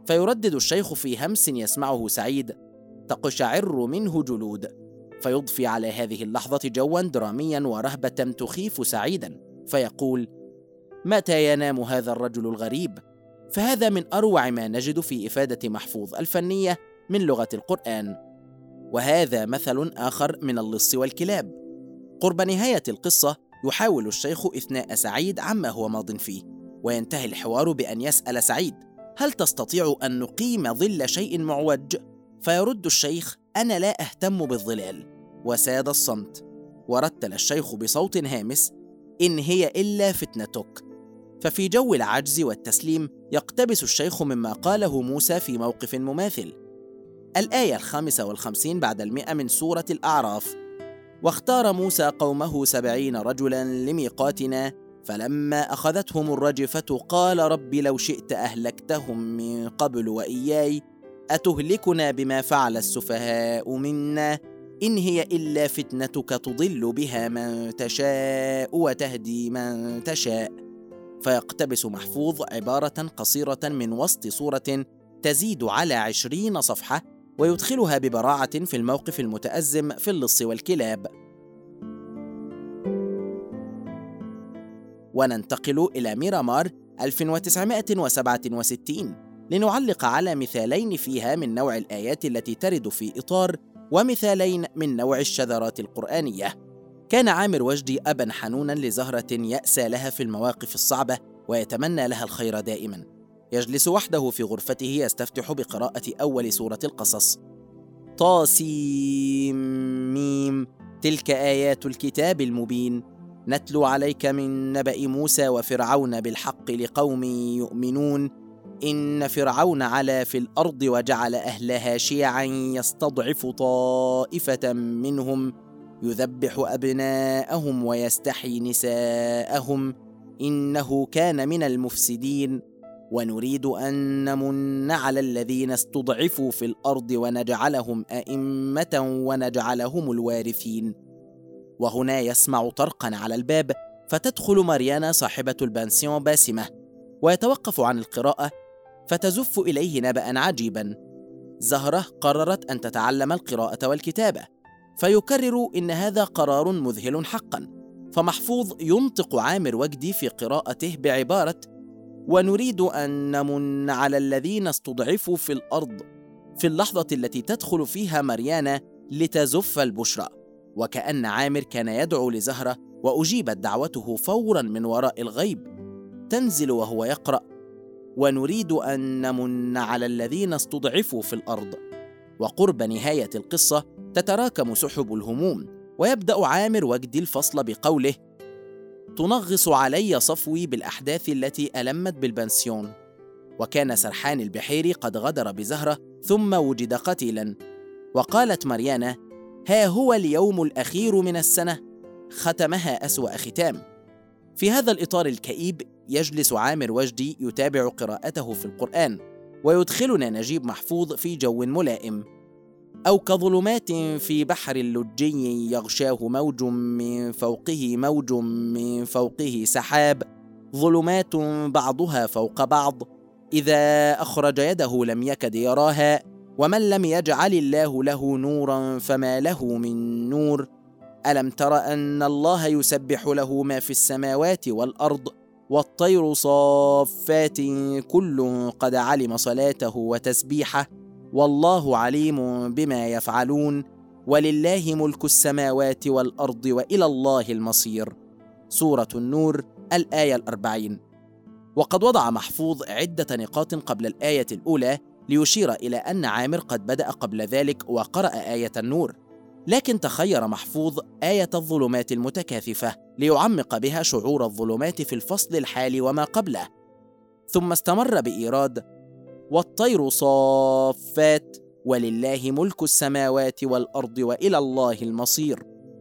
[SPEAKER 2] فيردد الشيخ في همس يسمعه سعيد: تقشعر منه جلود، فيضفي على هذه اللحظة جوا دراميا ورهبة تخيف سعيدا، فيقول: متى ينام هذا الرجل الغريب؟ فهذا من أروع ما نجد في إفادة محفوظ الفنية من لغة القرآن. وهذا مثل آخر من اللص والكلاب. قرب نهاية القصة يحاول الشيخ إثناء سعيد عما هو ماض فيه، وينتهي الحوار بأن يسأل سعيد: هل تستطيع أن نقيم ظل شيء معوج؟ فيرد الشيخ: أنا لا أهتم بالظلال. وساد الصمت، ورتل الشيخ بصوت هامس: إن هي إلا فتنتك. ففي جو العجز والتسليم يقتبس الشيخ مما قاله موسى في موقف مماثل. الآية 55 بعد 100 من سورة الأعراف: واختار موسى قومه 70 رجلا لميقاتنا فلما أخذتهم الرجفة قال رب لو شئت أهلكتهم من قبل وإياي أتهلكنا بما فعل السفهاء منا إن هي إلا فتنتك تضل بها من تشاء وتهدي من تشاء. فيقتبس محفوظ عبارة قصيرة من وسط سورة تزيد على 20 صفحة ويدخلها ببراعة في الموقف المتأزم في اللص والكلاب. وننتقل إلى ميرامار 1967 لنعلق على مثالين فيها من نوع الآيات التي ترد في إطار، ومثالين من نوع الشذرات القرآنية. كان عامر وجدي أبا حنونا لزهرة يأسى لها في المواقف الصعبة ويتمنى لها الخير دائما. يجلس وحده في غرفته يستفتح بقراءة أول سورة القصص: طاسيم ميم تلك آيات الكتاب المبين نتلو عليك من نبأ موسى وفرعون بالحق لقوم يؤمنون إن فرعون علا في الأرض وجعل أهلها شيعا يستضعف طائفة منهم يذبح أبناءهم ويستحيي نساءهم إنه كان من المفسدين ونريد أن نمن على الذين استضعفوا في الأرض ونجعلهم أئمة ونجعلهم الوارثين. وهنا يسمع طرقا على الباب، فتدخل ماريانا صاحبة البانسيون باسمة، ويتوقف عن القراءة فتزف إليه نبأ عجيبا. زهرة قررت أن تتعلم القراءة والكتابة، فيكرر إن هذا قرار مذهل حقا. فمحفوظ ينطق عامر وجدي في قراءته بعبارة: ونريد أن نمن على الذين استضعفوا في الأرض، في اللحظة التي تدخل فيها ماريانا لتزف البشرى، وكأن عامر كان يدعو لزهرة وأجيبت دعوته فورا من وراء الغيب. تنزل وهو يقرأ: ونريد أن نمن على الذين استضعفوا في الأرض. وقرب نهاية القصة تتراكم سحب الهموم، ويبدأ عامر وجدي الفصل بقوله: تنغص علي صفوي بالأحداث التي ألمت بالبنسيون. وكان سرحان البحيري قد غدر بزهرة ثم وجد قتيلا. وقالت ماريانا: ها هو اليوم الأخير من السنة، ختمها أسوأ ختام. في هذا الإطار الكئيب يجلس عامر وجدي يتابع قراءته في القرآن، ويدخلنا نجيب محفوظ في جو ملائم: أو كظلمات في بحر لجي يغشاه موج من فوقه موج من فوقه سحاب ظلمات بعضها فوق بعض إذا أخرج يده لم يكد يراها ومن لم يجعل الله له نورا فما له من نور ألم تر أن الله يسبح له ما في السماوات والأرض والطير صافات كل قد علم صلاته وتسبيحه والله عليم بما يفعلون ولله ملك السماوات والأرض وإلى الله المصير. سورة النور الآية 40. وقد وضع محفوظ عدة نقاط قبل الآية الأولى ليشير إلى أن عامر قد بدأ قبل ذلك وقرأ آية النور، لكن تخير محفوظ آية الظلمات المتكاثفة ليعمق بها شعور الظلمات في الفصل الحالي وما قبله، ثم استمر بإيراد والطير صافات ولله ملك السماوات والأرض وإلى الله المصير.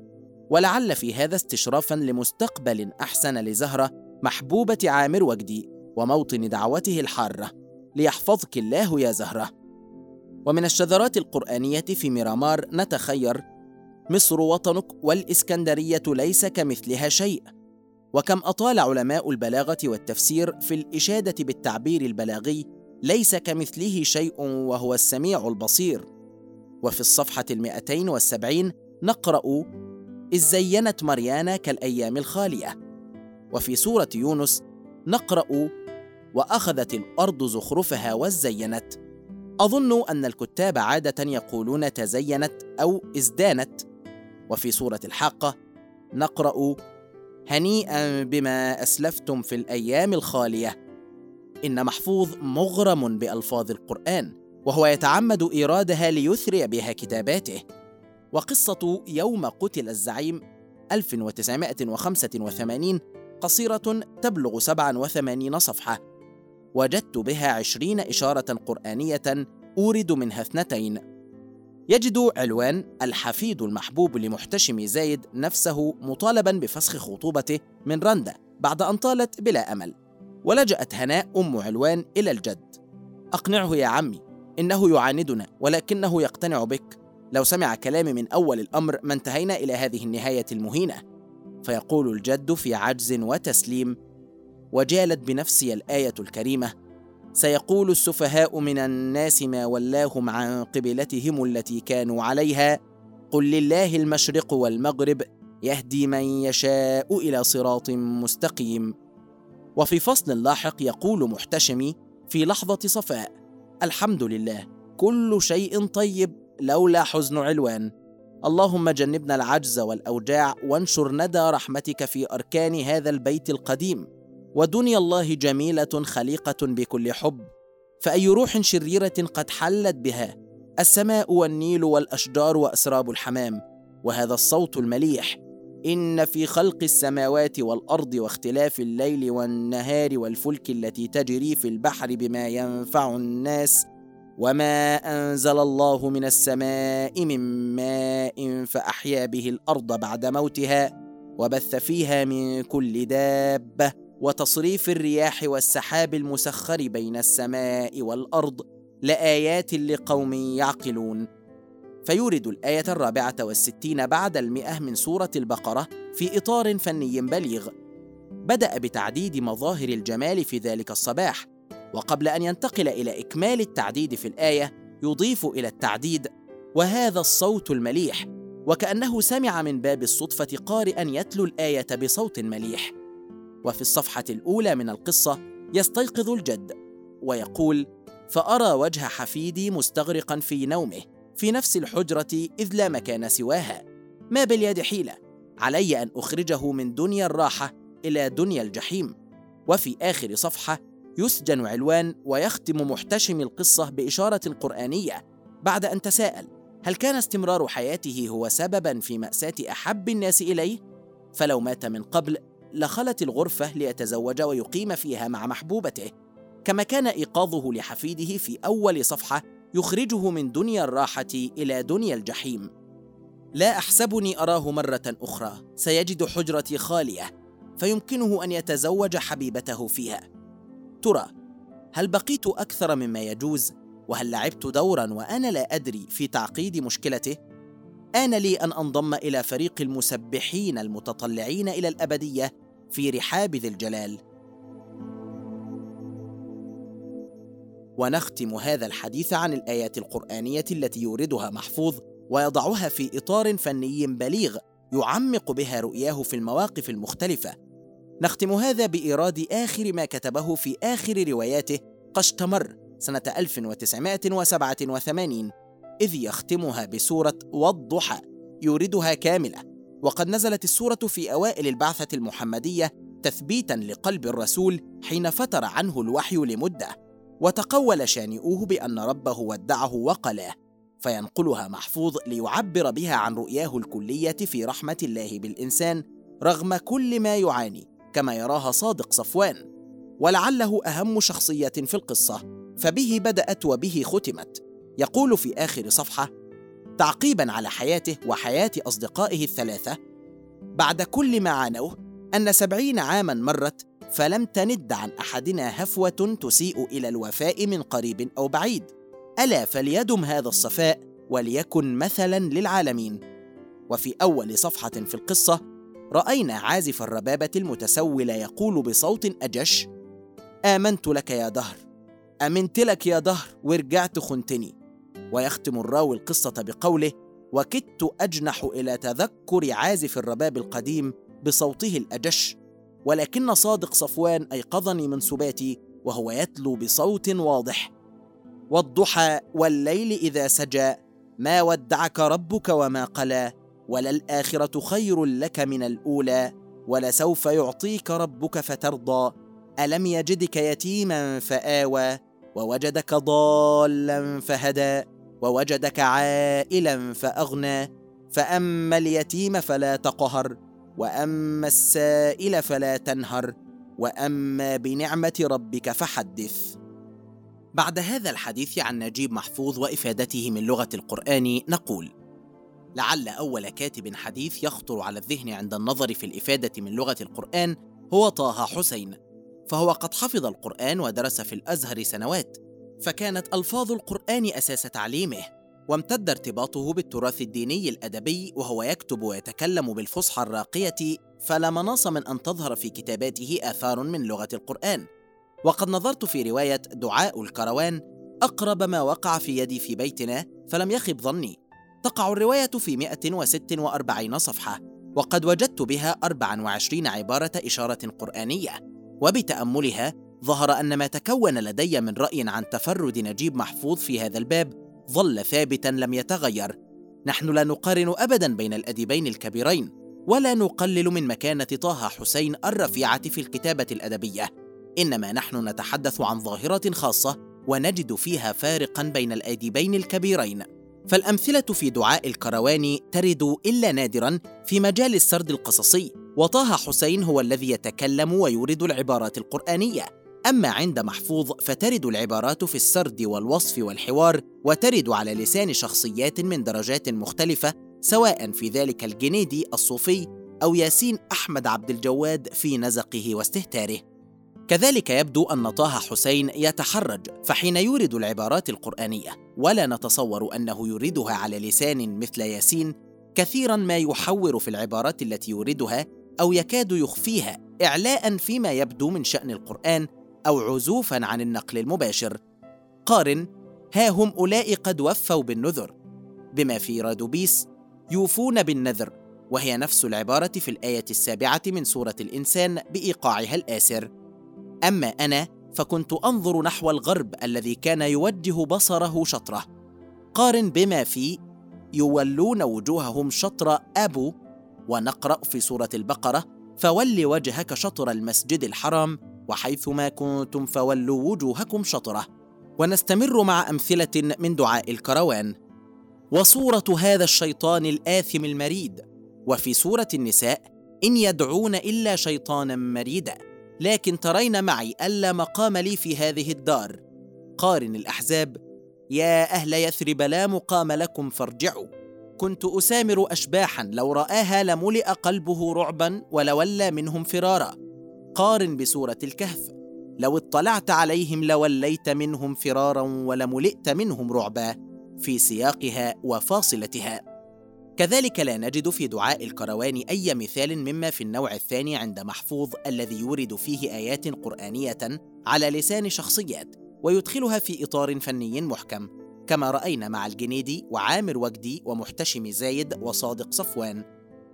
[SPEAKER 2] ولعل في هذا استشرافا لمستقبل أحسن لزهرة محبوبة عامر وجدي وموطن دعوته الحارة: ليحفظك الله يا زهرة. ومن الشذرات القرآنية في ميرامار نتخير: مصر وطنك والإسكندرية ليس كمثلها شيء. وكم أطال علماء البلاغة والتفسير في الإشادة بالتعبير البلاغي ليس كمثله شيء وهو السميع البصير. وفي الصفحة 270 نقرأ: إذ زينت مريانا كالأيام الخالية. وفي سورة يونس نقرأ: وأخذت الأرض زخرفها وزينت. أظن أن الكتاب عادة يقولون تزينت أو ازدانت. وفي سورة الحاقة نقرأ: هنيئا بما أسلفتم في الأيام الخالية. إن محفوظ مغرم بألفاظ القرآن، وهو يتعمد إيرادها ليثري بها كتاباته. وقصة يوم قتل الزعيم 1985 قصيرة تبلغ 87 صفحة، وجدت بها 20 إشارة قرآنية أورد منها 2. يجد علوان الحفيد المحبوب لمحتشم زايد نفسه مطالبا بفسخ خطوبته من رندا بعد أن طالت بلا أمل، ولجأت هناء أم علوان إلى الجد: أقنعه يا عمي، إنه يعاندنا ولكنه يقتنع بك. لو سمع كلامي من أول الأمر ما انتهينا إلى هذه النهاية المهينة. فيقول الجد في عجز وتسليم: وجالت بنفسي الآية الكريمة: سيقول السفهاء من الناس ما ولاهم عن قبلتهم التي كانوا عليها، قل لله المشرق والمغرب يهدي من يشاء إلى صراط مستقيم. وفي فصل لاحق يقول محتشمي في لحظة صفاء: الحمد لله، كل شيء طيب لولا حزن علوان. اللهم جنبنا العجز والأوجاع، وانشر ندى رحمتك في أركان هذا البيت القديم. ودنيا الله جميلة خليقة بكل حب، فأي روح شريرة قد حلت بها السماء والنيل والأشجار وأسراب الحمام. وهذا الصوت المليح: إن في خلق السماوات والأرض واختلاف الليل والنهار والفلك التي تجري في البحر بما ينفع الناس وما أنزل الله من السماء من ماء فأحيا به الأرض بعد موتها وبث فيها من كل دابة وتصريف الرياح والسحاب المسخر بين السماء والأرض لآيات لقوم يعقلون. فيورد الآية 64 بعد 100 من سورة البقرة في إطار فني بليغ. بدأ بتعديد مظاهر الجمال في ذلك الصباح، وقبل أن ينتقل إلى إكمال التعديد في الآية يضيف إلى التعديد: وهذا الصوت المليح، وكأنه سمع من باب الصدفة قارئا يتلو الآية بصوت مليح. وفي الصفحة الأولى من القصة يستيقظ الجد ويقول: فأرى وجه حفيدي مستغرقا في نومه في نفس الحجرة إذ لا مكان سواها، ما باليد حيلة، علي أن أخرجه من دنيا الراحة إلى دنيا الجحيم. وفي آخر صفحة يسجن علوان ويختم محتشم القصة بإشارة قرآنية بعد أن تساءل: هل كان استمرار حياته هو سبباً في مأساة أحب الناس إليه؟ فلو مات من قبل لخلت الغرفة ليتزوج ويقيم فيها مع محبوبته، كما كان إيقاظه لحفيده في أول صفحة يخرجه من دنيا الراحة إلى دنيا الجحيم. لا أحسبني أراه مرة أخرى، سيجد حجرتي خالية فيمكنه أن يتزوج حبيبته فيها. ترى هل بقيت أكثر مما يجوز؟ وهل لعبت دورا وأنا لا أدري في تعقيد مشكلته؟ آن لي أن أنضم إلى فريق المسبحين المتطلعين إلى الأبدية في رحاب ذي الجلال. ونختم هذا الحديث عن الآيات القرآنية التي يوردها محفوظ ويضعها في إطار فني بليغ يعمق بها رؤياه في المواقف المختلفة. نختم هذا بإيراد آخر ما كتبه في آخر رواياته قشتمر سنة 1987، إذ يختمها بسورة والضحى يوردها كاملة. وقد نزلت السورة في أوائل البعثة المحمدية تثبيتاً لقلب الرسول حين فتر عنه الوحي لمدة، وتقول شانئوه بأن ربه ودعه وقلاه، فينقلها محفوظ ليعبر بها عن رؤياه الكلية في رحمة الله بالإنسان رغم كل ما يعاني، كما يراها صادق صفوان، ولعله أهم شخصية في القصة، فبه بدأت وبه ختمت. يقول في آخر صفحة تعقيباً على حياته وحياة أصدقائه الثلاثة: بعد كل ما عانوه أن 70 عاماً مرت فلم تند عن أحدنا هفوة تسيء إلى الوفاء من قريب أو بعيد، ألا فليدم هذا الصفاء وليكن مثلاً للعالمين. وفي أول صفحة في القصة رأينا عازف الربابة المتسول يقول بصوت أجش: آمنت لك يا دهر، أمنت لك يا دهر ورجعت خنتني. ويختم الراوي القصة بقوله: وكدت أجنح إلى تذكر عازف الرباب القديم بصوته الأجش، ولكن صادق صفوان أيقظني من سباتي وهو يتلو بصوت واضح: والضحى والليل إذا سجى، ما ودعك ربك وما قلى، وللآخرة خير لك من الأولى، ولسوف يعطيك ربك فترضى، ألم يجدك يتيما فآوى، ووجدك ضالا فهدى، ووجدك عائلا فأغنى، فأما اليتيم فلا تقهر، وأما السائل فلا تنهر، وأما بنعمة ربك فحدث. بعد هذا الحديث عن نجيب محفوظ وإفادته من لغة القرآن نقول: لعل أول كاتب حديث يخطر على الذهن عند النظر في الإفادة من لغة القرآن هو طه حسين، فهو قد حفظ القرآن ودرس في الأزهر سنوات، فكانت ألفاظ القرآن أساس تعليمه، وامتد ارتباطه بالتراث الديني الأدبي وهو يكتب ويتكلم بالفصحى الراقية، فلا مناص من أن تظهر في كتاباته آثار من لغة القرآن. وقد نظرت في رواية دعاء الكروان أقرب ما وقع في يدي في بيتنا فلم يخب ظني. تقع الرواية في 146 صفحة، وقد وجدت بها 24 عبارة إشارة قرآنية، وبتأملها ظهر أن ما تكون لدي من رأي عن تفرد نجيب محفوظ في هذا الباب ظل ثابتاً لم يتغير. نحن لا نقارن أبداً بين الأديبين الكبيرين، ولا نقلل من مكانة طه حسين الرفيعة في الكتابة الأدبية، إنما نحن نتحدث عن ظاهرة خاصة ونجد فيها فارقاً بين الأديبين الكبيرين. فالأمثلة في دعاء الكروان ترد إلا نادراً في مجال السرد القصصي، وطه حسين هو الذي يتكلم ويورد العبارات القرآنية. أما عند محفوظ فترد العبارات في السرد والوصف والحوار، وترد على لسان شخصيات من درجات مختلفة، سواء في ذلك الجنيدي الصوفي أو ياسين أحمد عبد الجواد في نزقه واستهتاره. كذلك يبدو أن طه حسين يتحرج فحين يورد العبارات القرآنية، ولا نتصور أنه يوردها على لسان مثل ياسين، كثيراً ما يحور في العبارات التي يوردها أو يكاد يخفيها إعلاءً فيما يبدو من شأن القرآن أو عزوفاً عن النقل المباشر. قارن: ها هم أولئك قد وفوا بالنذر، بما في رادوبيس يوفون بالنذر، وهي نفس العبارة في الآية 7 من سورة الإنسان بإيقاعها الآسر. أما أنا فكنت أنظر نحو الغرب الذي كان يوجه بصره شطره. قارن بما في يولون وجوههم شطر أبو، ونقرأ في سورة البقرة: فول وجهك شطر المسجد الحرام وحيثما كنتم فولوا وجوهكم شطره. ونستمر مع أمثلة من دعاء الكروان: وصورة هذا الشيطان الآثم المريد، وفي سورة النساء: إن يدعون إلا شيطانا مريدا، لكن ترين معي ألا مقام لي في هذه الدار. قارن الأحزاب: يا أهل يثرب لا مقام لكم فارجعوا، كنت أسامر أشباحا لو رآها لملئ قلبه رعبا ولولى منهم فرارا. قارن بسورة الكهف: لو اطلعت عليهم لوليت منهم فرارا ولملئت منهم رعبا، في سياقها وفاصلتها. كذلك لا نجد في دعاء الكروان أي مثال مما في النوع الثاني عند محفوظ الذي يورد فيه آيات قرآنية على لسان شخصيات ويدخلها في إطار فني محكم، كما رأينا مع الجنيدي وعامر وجدي ومحتشم زايد وصادق صفوان.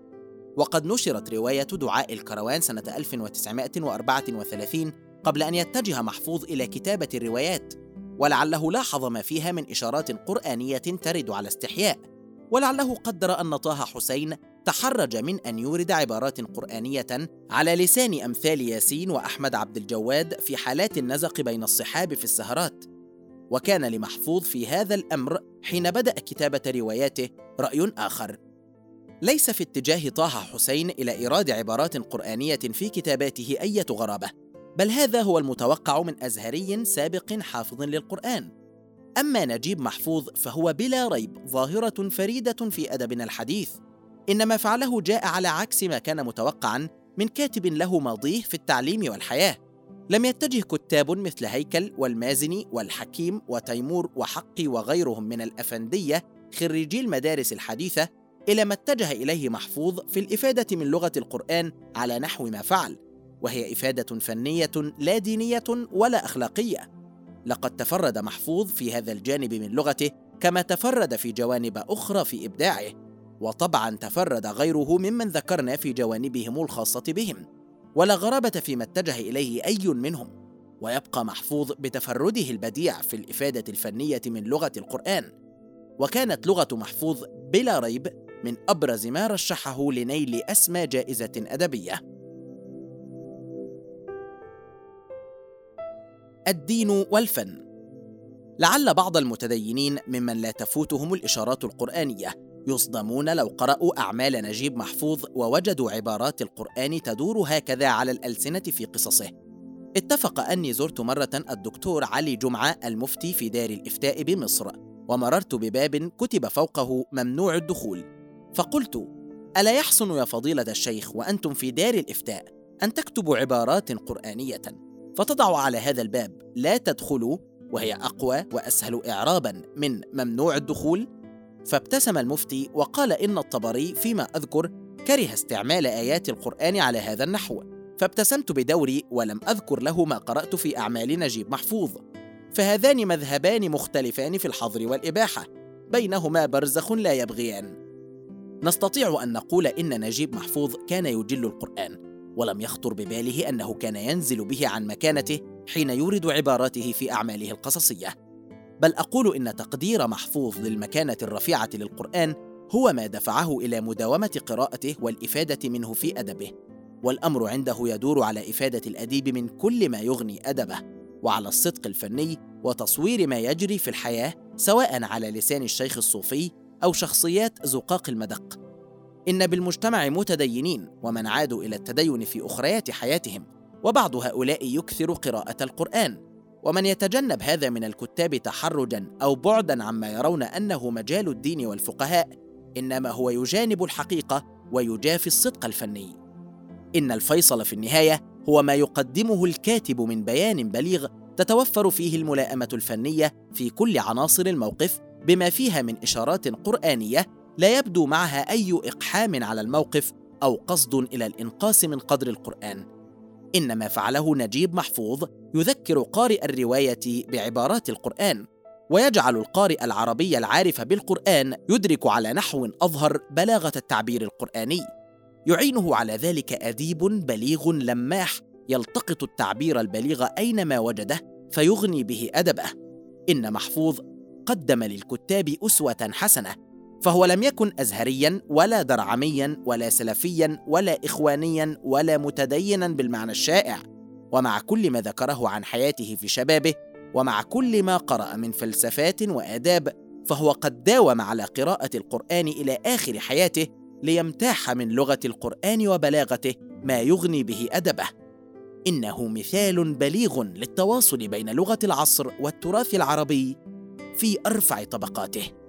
[SPEAKER 2] وقد نشرت رواية دعاء الكروان سنة 1934 قبل أن يتجه محفوظ إلى كتابة الروايات، ولعله لاحظ ما فيها من إشارات قرآنية ترد على استحياء، ولعله قدر أن طه حسين تحرج من أن يورد عبارات قرآنية على لسان أمثال ياسين وأحمد عبد الجواد في حالات النزق بين الصحاب في السهرات. وكان لمحفوظ في هذا الأمر حين بدأ كتابة رواياته رأي آخر. ليس في اتجاه طه حسين إلى إيراد عبارات قرآنية في كتاباته أي غرابة، بل هذا هو المتوقع من أزهري سابق حافظ للقرآن. أما نجيب محفوظ فهو بلا ريب ظاهرة فريدة في أدبنا الحديث، إنما فعله جاء على عكس ما كان متوقعا من كاتب له ماضيه في التعليم والحياة. لم يتجه كتاب مثل هيكل والمازني والحكيم وتيمور وحقي وغيرهم من الأفندية خريجي المدارس الحديثة إلى ما اتجه إليه محفوظ في الإفادة من لغة القرآن على نحو ما فعل، وهي إفادة فنية لا دينية ولا أخلاقية. لقد تفرد محفوظ في هذا الجانب من لغته كما تفرد في جوانب أخرى في إبداعه، وطبعا تفرد غيره ممن ذكرنا في جوانبهم الخاصة بهم، ولا غرابة فيما اتجه إليه أي منهم. ويبقى محفوظ بتفرده البديع في الإفادة الفنية من لغة القرآن، وكانت لغة محفوظ بلا ريب من أبرز ما رشحه لنيل أسمى جائزة أدبية. الدين والفن. لعل بعض المتدينين ممن لا تفوتهم الإشارات القرآنية يصدمون لو قرأوا أعمال نجيب محفوظ ووجدوا عبارات القرآن تدور هكذا على الألسنة في قصصه. اتفق أني زرت مرة الدكتور علي جمعة المفتي في دار الإفتاء بمصر، ومررت بباب كتب فوقه ممنوع الدخول، فقلت: ألا يحسن يا فضيلة الشيخ وأنتم في دار الإفتاء أن تكتبوا عبارات قرآنية فتضعوا على هذا الباب لا تدخلوا، وهي أقوى وأسهل إعرابا من ممنوع الدخول؟ فابتسم المفتي وقال إن الطبري فيما أذكر كره استعمال آيات القرآن على هذا النحو، فابتسمت بدوري ولم أذكر له ما قرأت في أعمال نجيب محفوظ، فهذان مذهبان مختلفان في الحظر والإباحة، بينهما برزخ لا يبغيان. نستطيع أن نقول إن نجيب محفوظ كان يجل القرآن، ولم يخطر بباله أنه كان ينزل به عن مكانته حين يورد عباراته في أعماله القصصية، بل أقول إن تقدير محفوظ للمكانة الرفيعة للقرآن هو ما دفعه إلى مداومة قراءته والإفادة منه في أدبه، والأمر عنده يدور على إفادة الأديب من كل ما يغني أدبه، وعلى الصدق الفني وتصوير ما يجري في الحياة سواء على لسان الشيخ الصوفي أو شخصيات زقاق المدق. إن بالمجتمع متدينين ومن عادوا إلى التدين في أخريات حياتهم، وبعض هؤلاء يكثر قراءة القرآن، ومن يتجنب هذا من الكتاب تحرجاً أو بعداً عما يرون أنه مجال الدين والفقهاء، إنما هو يجانب الحقيقة ويجافي الصدق الفني. إن الفيصل في النهاية هو ما يقدمه الكاتب من بيان بليغ تتوفر فيه الملائمة الفنية في كل عناصر الموقف، بما فيها من إشارات قرآنية لا يبدو معها أي إقحام على الموقف أو قصد إلى الإنقاص من قدر القرآن. إن ما فعله نجيب محفوظ يذكر قارئ الرواية بعبارات القرآن، ويجعل القارئ العربي العارف بالقرآن يدرك على نحو أظهر بلاغة التعبير القرآني، يعينه على ذلك أديب بليغ لماح يلتقط التعبير البليغ أينما وجده فيغني به أدبه. إن محفوظ قدم للكتاب أسوة حسنة، فهو لم يكن أزهرياً ولا درعمياً ولا سلفياً ولا إخوانياً ولا متديناً بالمعنى الشائع، ومع كل ما ذكره عن حياته في شبابه ومع كل ما قرأ من فلسفات وآداب، فهو قد داوم على قراءة القرآن إلى آخر حياته ليمتاح من لغة القرآن وبلاغته ما يغني به أدبه. إنه مثال بليغ للتواصل بين لغة العصر والتراث العربي في أرفع طبقاته.